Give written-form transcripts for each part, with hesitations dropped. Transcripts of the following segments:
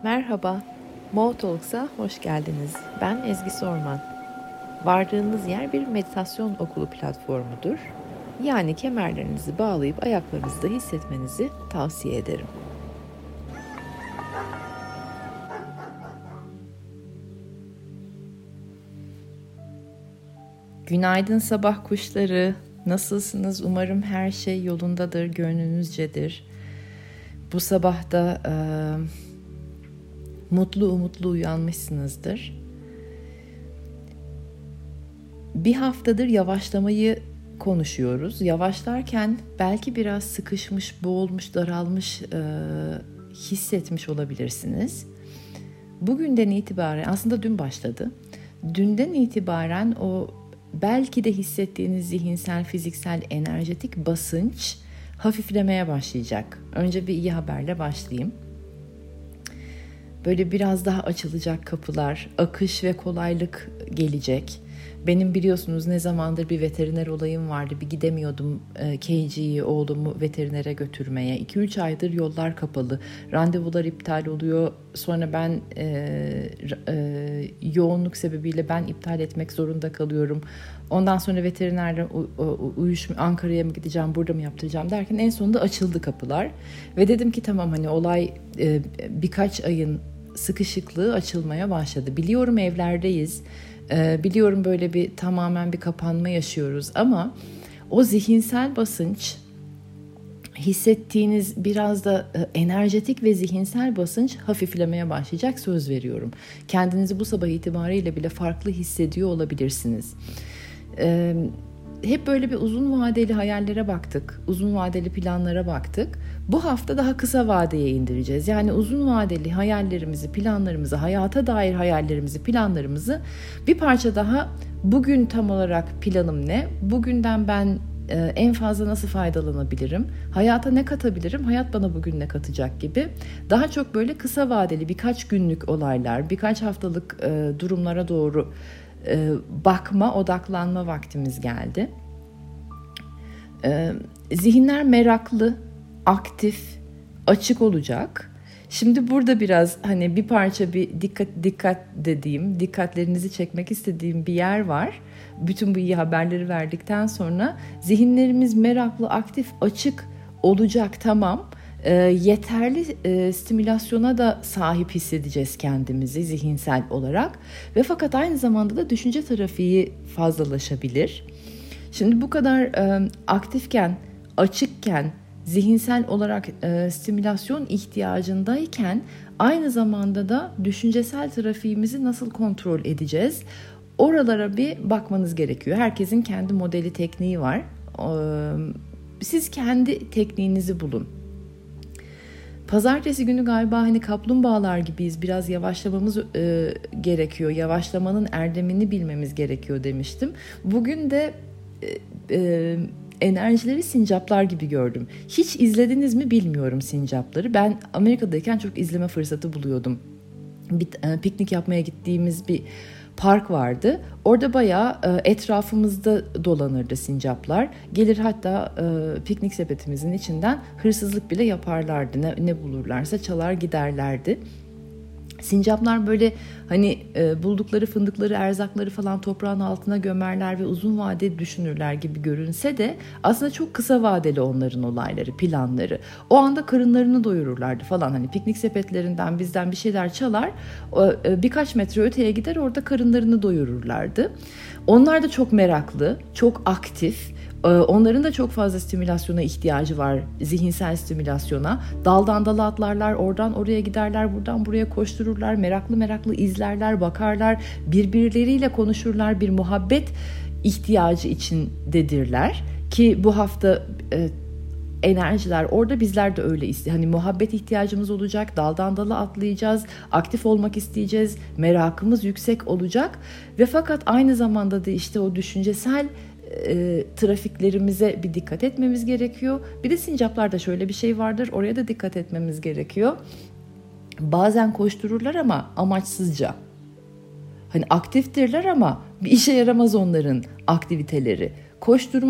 Merhaba, Mo Talks'a hoş geldiniz. Ben Ezgi Sorman. Vardığınız yer bir meditasyon okulu platformudur. Yani kemerlerinizi bağlayıp ayaklarınızda hissetmenizi tavsiye ederim. Günaydın sabah kuşları. Nasılsınız? Umarım her şey yolundadır, gönlünüzcedir. Bu sabah da mutlu umutlu uyanmışsınızdır. Bir haftadır yavaşlamayı konuşuyoruz. Yavaşlarken belki biraz sıkışmış, boğulmuş, daralmış hissetmiş olabilirsiniz. Bugünden itibaren, aslında dün başladı. Dünden itibaren o belki de hissettiğiniz zihinsel, fiziksel, enerjetik basınç hafiflemeye başlayacak. Önce bir iyi haberle başlayayım. Böyle biraz daha açılacak kapılar, akış ve kolaylık gelecek. Benim biliyorsunuz ne zamandır bir veteriner olayım vardı. Bir gidemiyordum KG'yi, oğlumu veterinere götürmeye. 2-3 aydır yollar kapalı. Randevular iptal oluyor. Sonra ben yoğunluk sebebiyle ben iptal etmek zorunda kalıyorum. Ondan sonra veterinerle Ankara'ya mı gideceğim, burada mı yaptıracağım derken en sonunda açıldı kapılar. Ve dedim ki tamam, hani olay birkaç ayın sıkışıklığı açılmaya başladı. Biliyorum evlerdeyiz. Biliyorum böyle bir tamamen bir kapanma yaşıyoruz ama o zihinsel basınç, hissettiğiniz biraz da enerjetik ve zihinsel basınç hafiflemeye başlayacak, söz veriyorum. Kendinizi bu sabah itibariyle bile farklı hissediyor olabilirsiniz. Hep böyle bir uzun vadeli hayallere baktık, uzun vadeli planlara baktık. Bu hafta daha kısa vadeye indireceğiz. Yani uzun vadeli hayallerimizi, planlarımızı, hayata dair hayallerimizi, planlarımızı bir parça daha bugün tam olarak planım ne? Bugünden ben en fazla nasıl faydalanabilirim? Hayata ne katabilirim? Hayat bana bugün ne katacak gibi. Daha çok böyle kısa vadeli birkaç günlük olaylar, birkaç haftalık durumlara doğru bakma, odaklanma vaktimiz geldi. Zihinler meraklı, aktif, açık olacak. Şimdi burada biraz hani bir parça bir dikkat dediğim, dikkatlerinizi çekmek istediğim bir yer var. Bütün bu iyi haberleri verdikten sonra zihinlerimiz meraklı, aktif, açık olacak, tamam. Yeterli stimülasyona da sahip hissedeceğiz kendimizi zihinsel olarak ve fakat aynı zamanda da düşünce trafiği fazlalaşabilir. Şimdi bu kadar aktifken, açıkken, zihinsel olarak stimülasyon ihtiyacındayken aynı zamanda da düşüncesel trafiğimizi nasıl kontrol edeceğiz? Oralara bir bakmanız gerekiyor. Herkesin kendi modeli, tekniği var. Siz kendi tekniğinizi bulun. Pazartesi günü galiba hani kaplumbağalar gibiyiz, biraz yavaşlamamız gerekiyor. Yavaşlamanın erdemini bilmemiz gerekiyor demiştim. Bugün de enerjileri sincaplar gibi gördüm. Hiç izlediniz mi bilmiyorum sincapları. Ben Amerika'dayken çok izleme fırsatı buluyordum. Bir piknik yapmaya gittiğimiz bir park vardı. Orada bayağı etrafımızda dolanırdı sincaplar. Gelir hatta piknik sepetimizin içinden hırsızlık bile yaparlardı. Ne bulurlarsa çalar giderlerdi. Sincaplar böyle hani buldukları fındıkları, erzakları falan toprağın altına gömerler ve uzun vade düşünürler gibi görünse de aslında çok kısa vadeli onların olayları, planları. O anda karınlarını doyururlardı falan. Hani piknik sepetlerinden bizden bir şeyler çalar, birkaç metre öteye gider, orada karınlarını doyururlardı. Onlar da çok meraklı, çok aktif. Onların da çok fazla stimülasyona ihtiyacı var, zihinsel stimülasyona. Daldan dala atlarlar, oradan oraya giderler, buradan buraya koştururlar, meraklı izlerler, bakarlar, birbirleriyle konuşurlar, bir muhabbet ihtiyacı içindedirler. Ki bu hafta enerjiler orada, bizler de öyle hani muhabbet ihtiyacımız olacak, daldan dala atlayacağız, aktif olmak isteyeceğiz, merakımız yüksek olacak ve fakat aynı zamanda da işte o düşüncesel trafiklerimize bir dikkat etmemiz gerekiyor. Bir de sincaplarda şöyle bir şey vardır, oraya da dikkat etmemiz gerekiyor. Bazen koştururlar ama amaçsızca. Hani aktiftirler ama bir işe yaramaz onların aktiviteleri. Koşturmak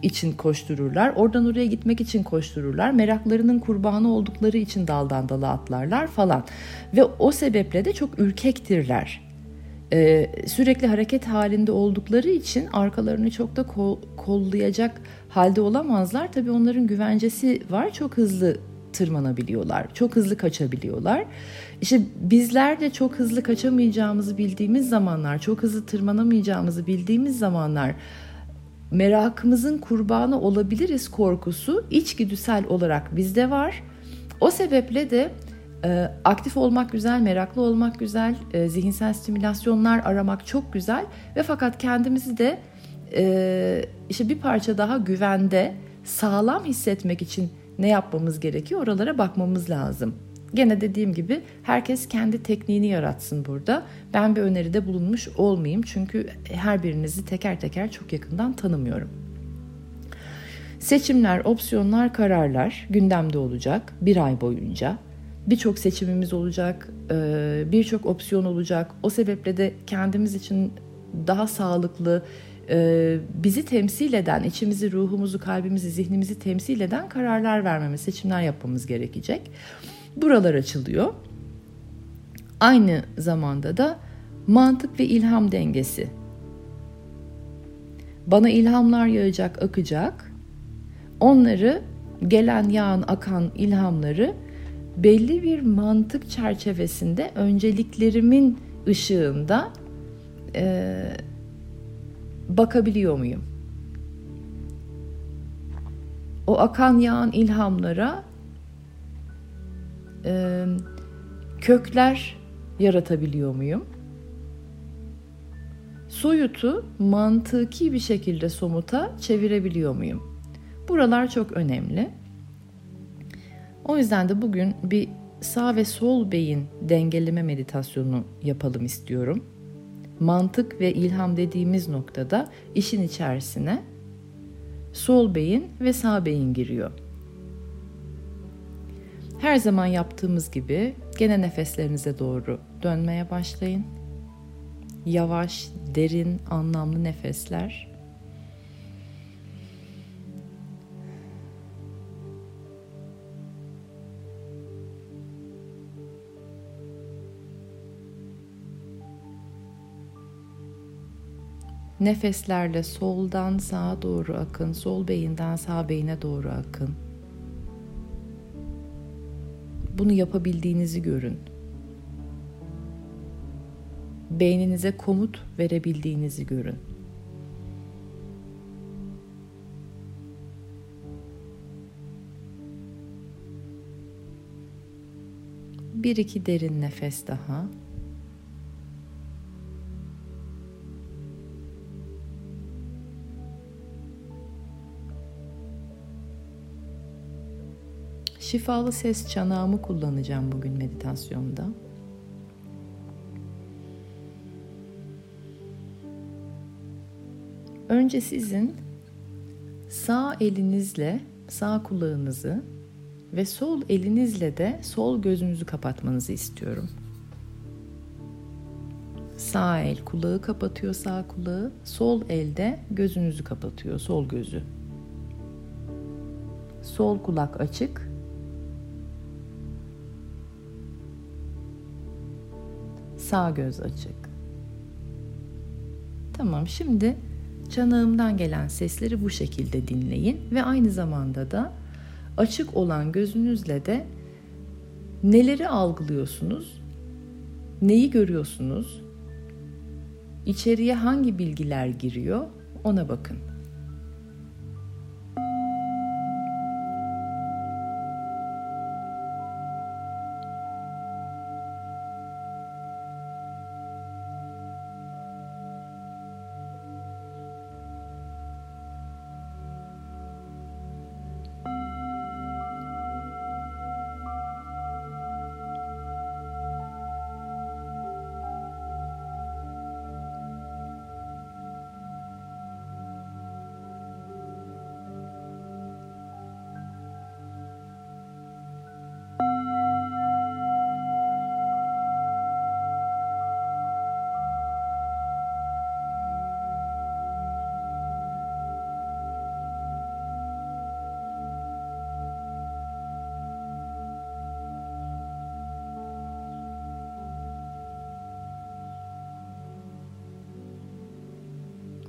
için koştururlar. Oradan oraya gitmek için koştururlar. Meraklarının kurbanı oldukları için daldan dala atlarlar falan. Ve o sebeple de çok ürkektirler. Sürekli hareket halinde oldukları için arkalarını çok da kollayacak halde olamazlar. Tabii onların güvencesi var. Çok hızlı tırmanabiliyorlar. Çok hızlı kaçabiliyorlar. İşte bizler de çok hızlı kaçamayacağımızı bildiğimiz zamanlar, çok hızlı tırmanamayacağımızı bildiğimiz zamanlar merakımızın kurbanı olabiliriz korkusu içgüdüsel olarak bizde var. O sebeple de aktif olmak güzel, meraklı olmak güzel, zihinsel stimülasyonlar aramak çok güzel ve fakat kendimizi de işte bir parça daha güvende, sağlam hissetmek için ne yapmamız gerekiyor? Oralara bakmamız lazım. Gene dediğim gibi herkes kendi tekniğini yaratsın burada. Ben bir öneride bulunmuş olmayayım çünkü her birinizi teker teker çok yakından tanımıyorum. Seçimler, opsiyonlar, kararlar gündemde olacak bir ay boyunca. Birçok seçimimiz olacak, birçok opsiyon olacak. O sebeple de kendimiz için daha sağlıklı, bizi temsil eden, içimizi, ruhumuzu, kalbimizi, zihnimizi temsil eden kararlar vermemiz, seçimler yapmamız gerekecek. Buralar açılıyor. Aynı zamanda da mantık ve ilham dengesi. Bana ilhamlar yağacak, akacak. Onları, gelen, yağan, akan ilhamları belli bir mantık çerçevesinde önceliklerimin ışığında bakabiliyor muyum? O akan, yağan ilhamlara kökler yaratabiliyor muyum? Soyutu mantıki bir şekilde somuta çevirebiliyor muyum? Buralar çok önemli. O yüzden de bugün bir sağ ve sol beyin dengeleme meditasyonu yapalım istiyorum. Mantık ve ilham dediğimiz noktada işin içerisine sol beyin ve sağ beyin giriyor. Her zaman yaptığımız gibi gene nefeslerinize doğru dönmeye başlayın. Yavaş, derin, anlamlı nefesler. Nefeslerle soldan sağa doğru akın, sol beyinden sağ beyine doğru akın. Bunu yapabildiğinizi görün. Beyninize komut verebildiğinizi görün. Bir iki derin nefes daha. Şifalı ses çanağımı kullanacağım bugün meditasyonda. Önce sizin sağ elinizle sağ kulağınızı ve sol elinizle de sol gözünüzü kapatmanızı istiyorum. Sağ el kulağı kapatıyor, sağ kulağı, sol elde gözünüzü kapatıyor, sol gözü. Sol kulak açık. Sağ göz açık. Tamam, şimdi çanağımdan gelen sesleri bu şekilde dinleyin ve aynı zamanda da açık olan gözünüzle de neleri algılıyorsunuz, neyi görüyorsunuz, içeriye hangi bilgiler giriyor ona bakın.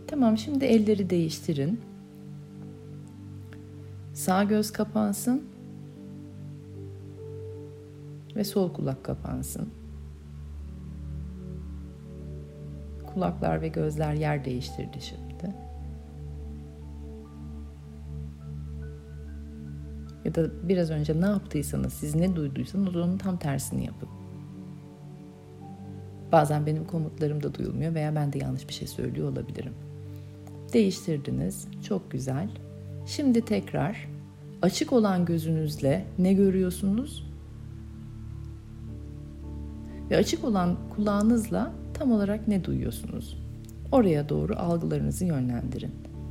Tamam, şimdi elleri değiştirin. Sağ göz kapansın ve sol kulak kapansın. Kulaklar ve gözler yer değiştirdi şimdi. Ya da biraz önce ne yaptıysanız, siz ne duyduysanız onun tam tersini yapın. Bazen benim komutlarım da duyulmuyor veya ben de yanlış bir şey söylüyor olabilirim. Değiştirdiniz. Çok güzel. Şimdi tekrar açık olan gözünüzle ne görüyorsunuz? Ve açık olan kulağınızla tam olarak ne duyuyorsunuz? Oraya doğru algılarınızı yönlendirin.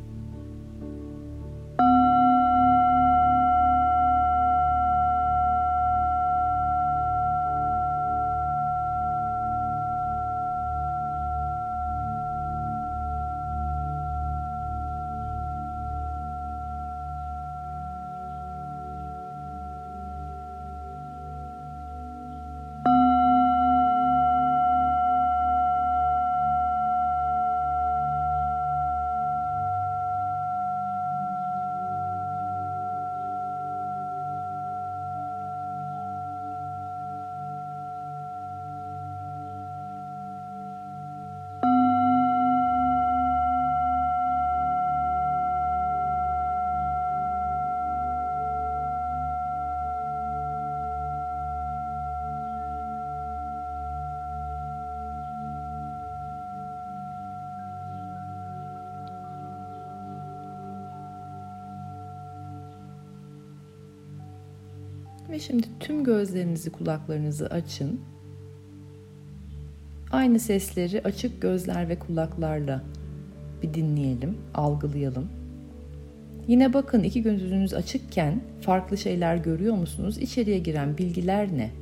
Ve şimdi tüm gözlerinizi, kulaklarınızı açın. Aynı sesleri açık gözler ve kulaklarla bir dinleyelim, algılayalım. Yine bakın, iki gözünüz açıkken farklı şeyler görüyor musunuz? İçeriye giren bilgiler ne?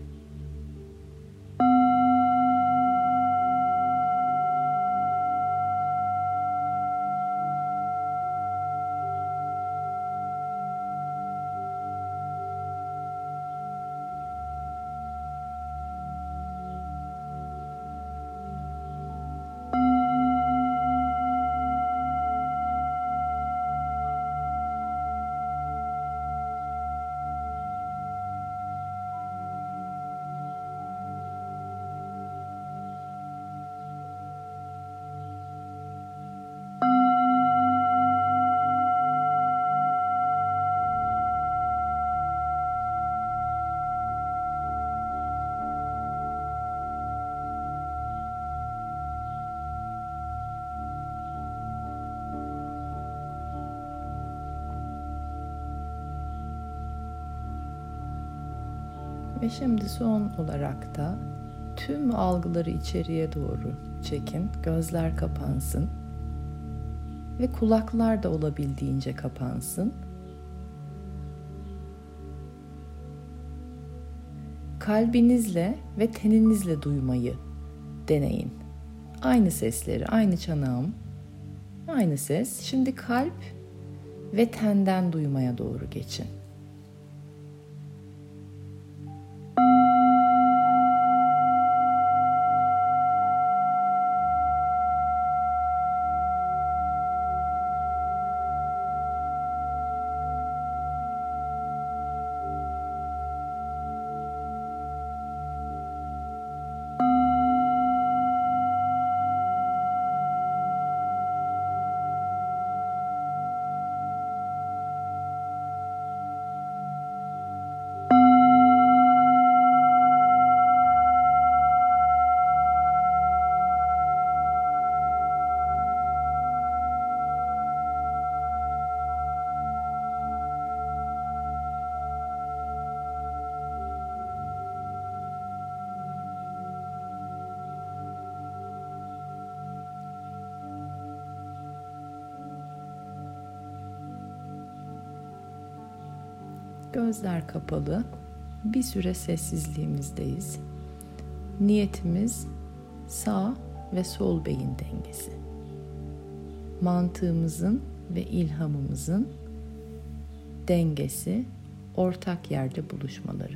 Ve şimdi son olarak da tüm algıları içeriye doğru çekin. Gözler kapansın. Ve kulaklar da olabildiğince kapansın. Kalbinizle ve teninizle duymayı deneyin. Aynı sesleri, aynı çanağım, aynı ses. Şimdi kalp ve tenden duymaya doğru geçin. Gözler kapalı. Bir süre sessizliğimizdeyiz. Niyetimiz sağ ve sol beyin dengesi. Mantığımızın ve ilhamımızın dengesi, ortak yerde buluşmaları.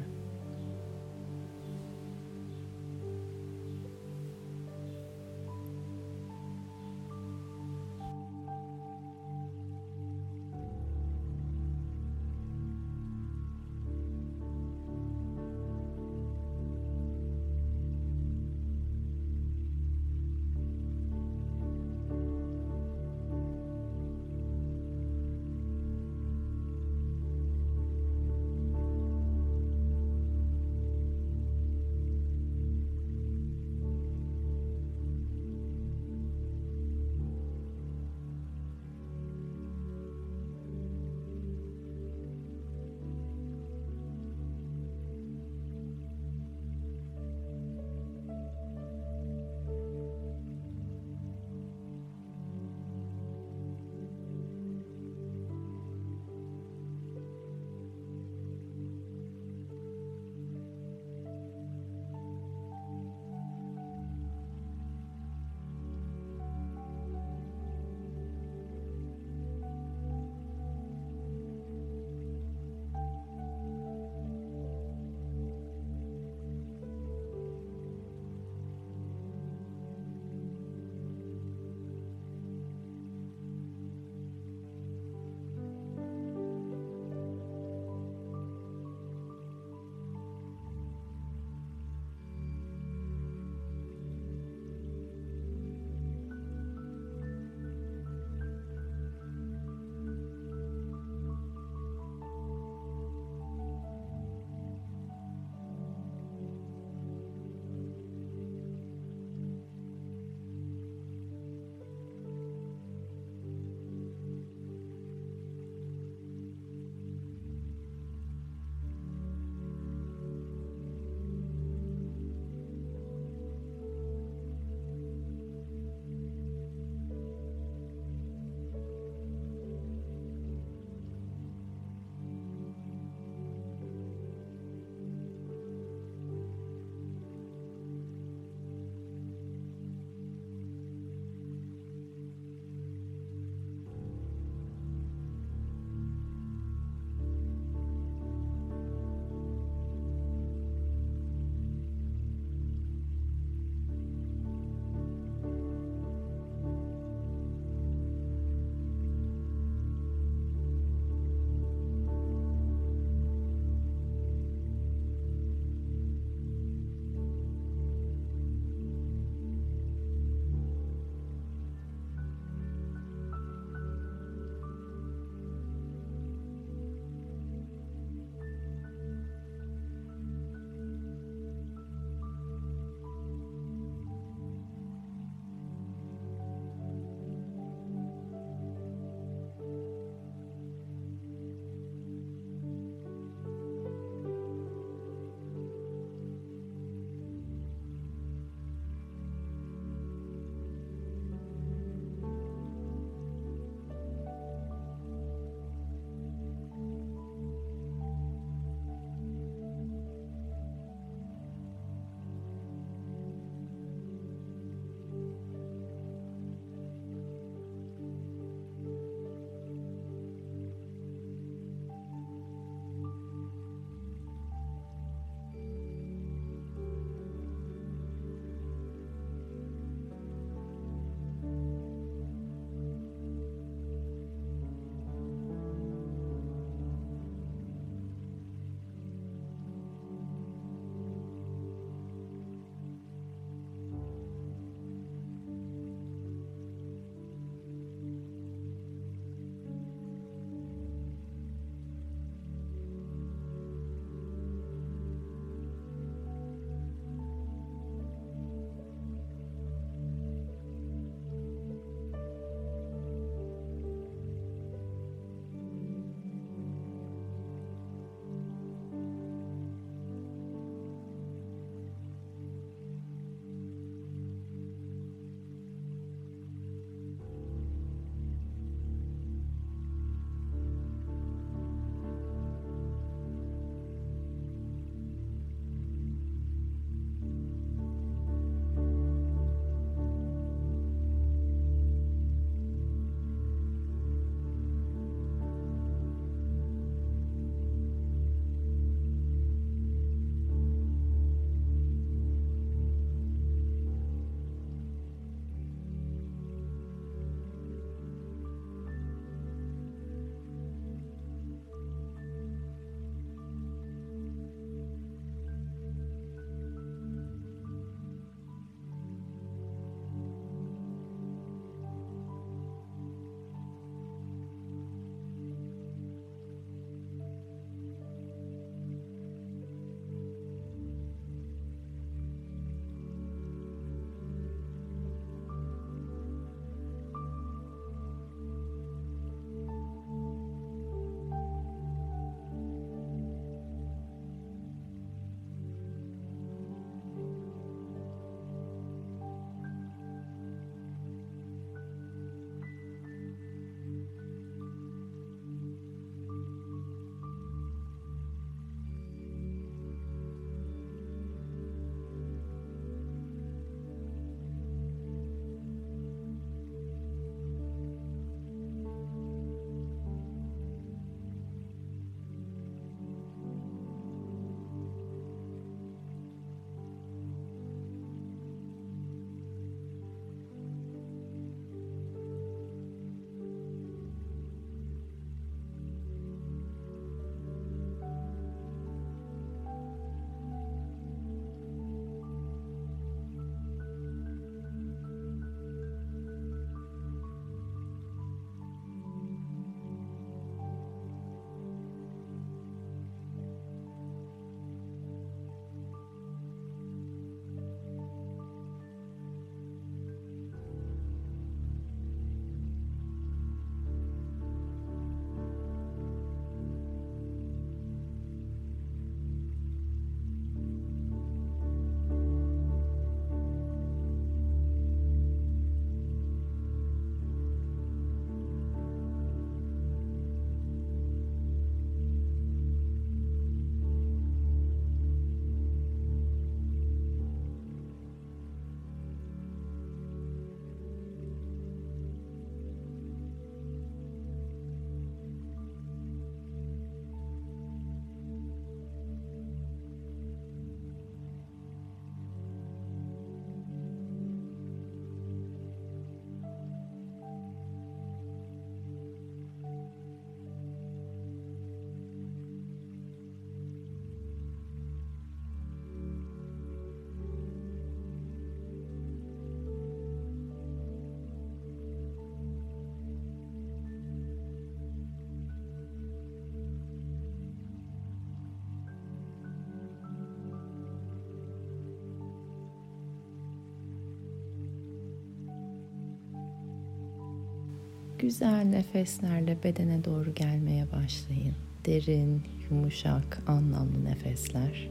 güzel nefeslerle bedene doğru gelmeye başlayın. Derin, yumuşak, anlamlı nefesler.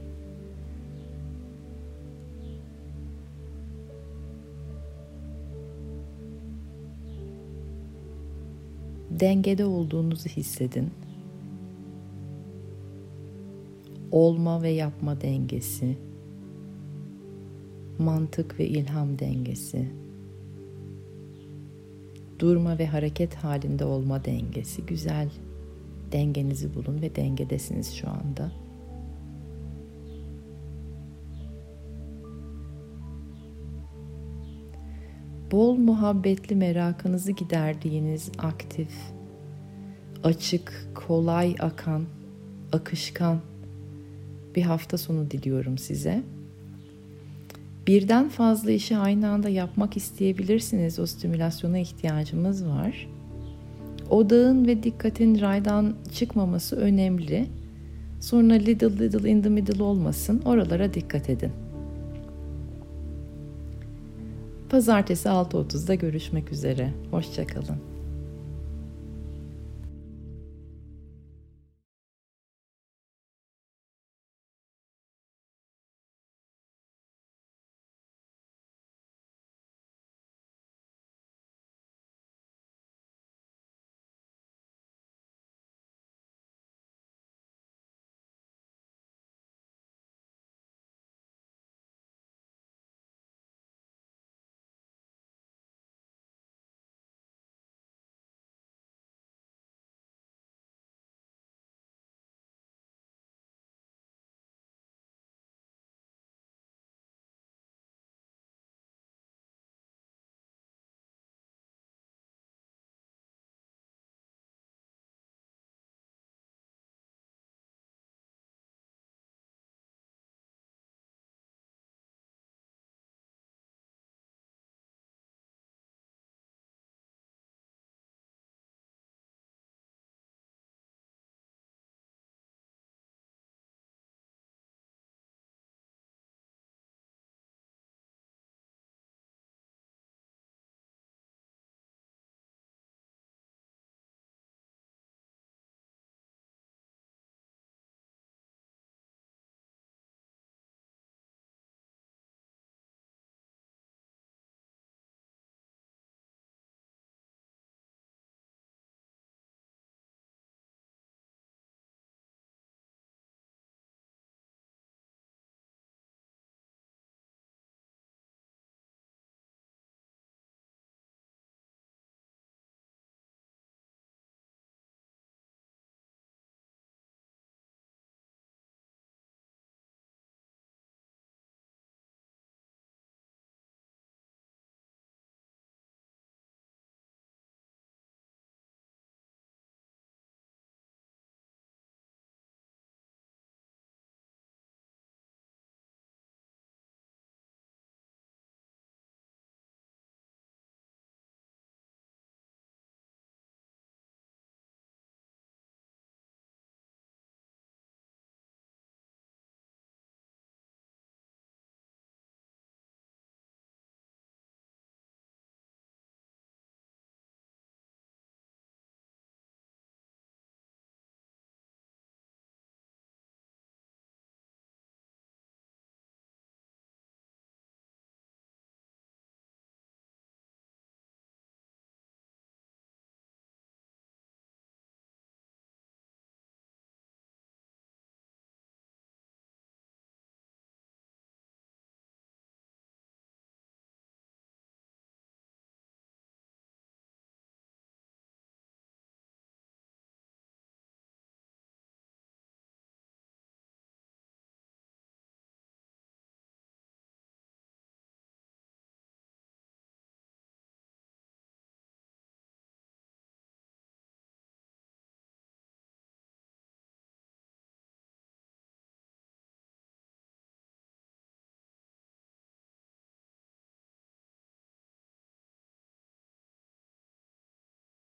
Dengede olduğunuzu hissedin. Olma ve yapma dengesi, mantık ve ilham dengesi, durma ve hareket halinde olma dengesi. Güzel dengenizi bulun ve dengedesiniz şu anda. Bol muhabbetli, merakınızı giderdiğiniz, aktif, açık, kolay akan, akışkan bir hafta sonu diliyorum size. Birden fazla işi aynı anda yapmak isteyebilirsiniz. O stimülasyona ihtiyacımız var. Odağın ve dikkatin raydan çıkmaması önemli. Sonra little in the middle olmasın. Oralara dikkat edin. Pazartesi 6.30'da görüşmek üzere. Hoşça kalın.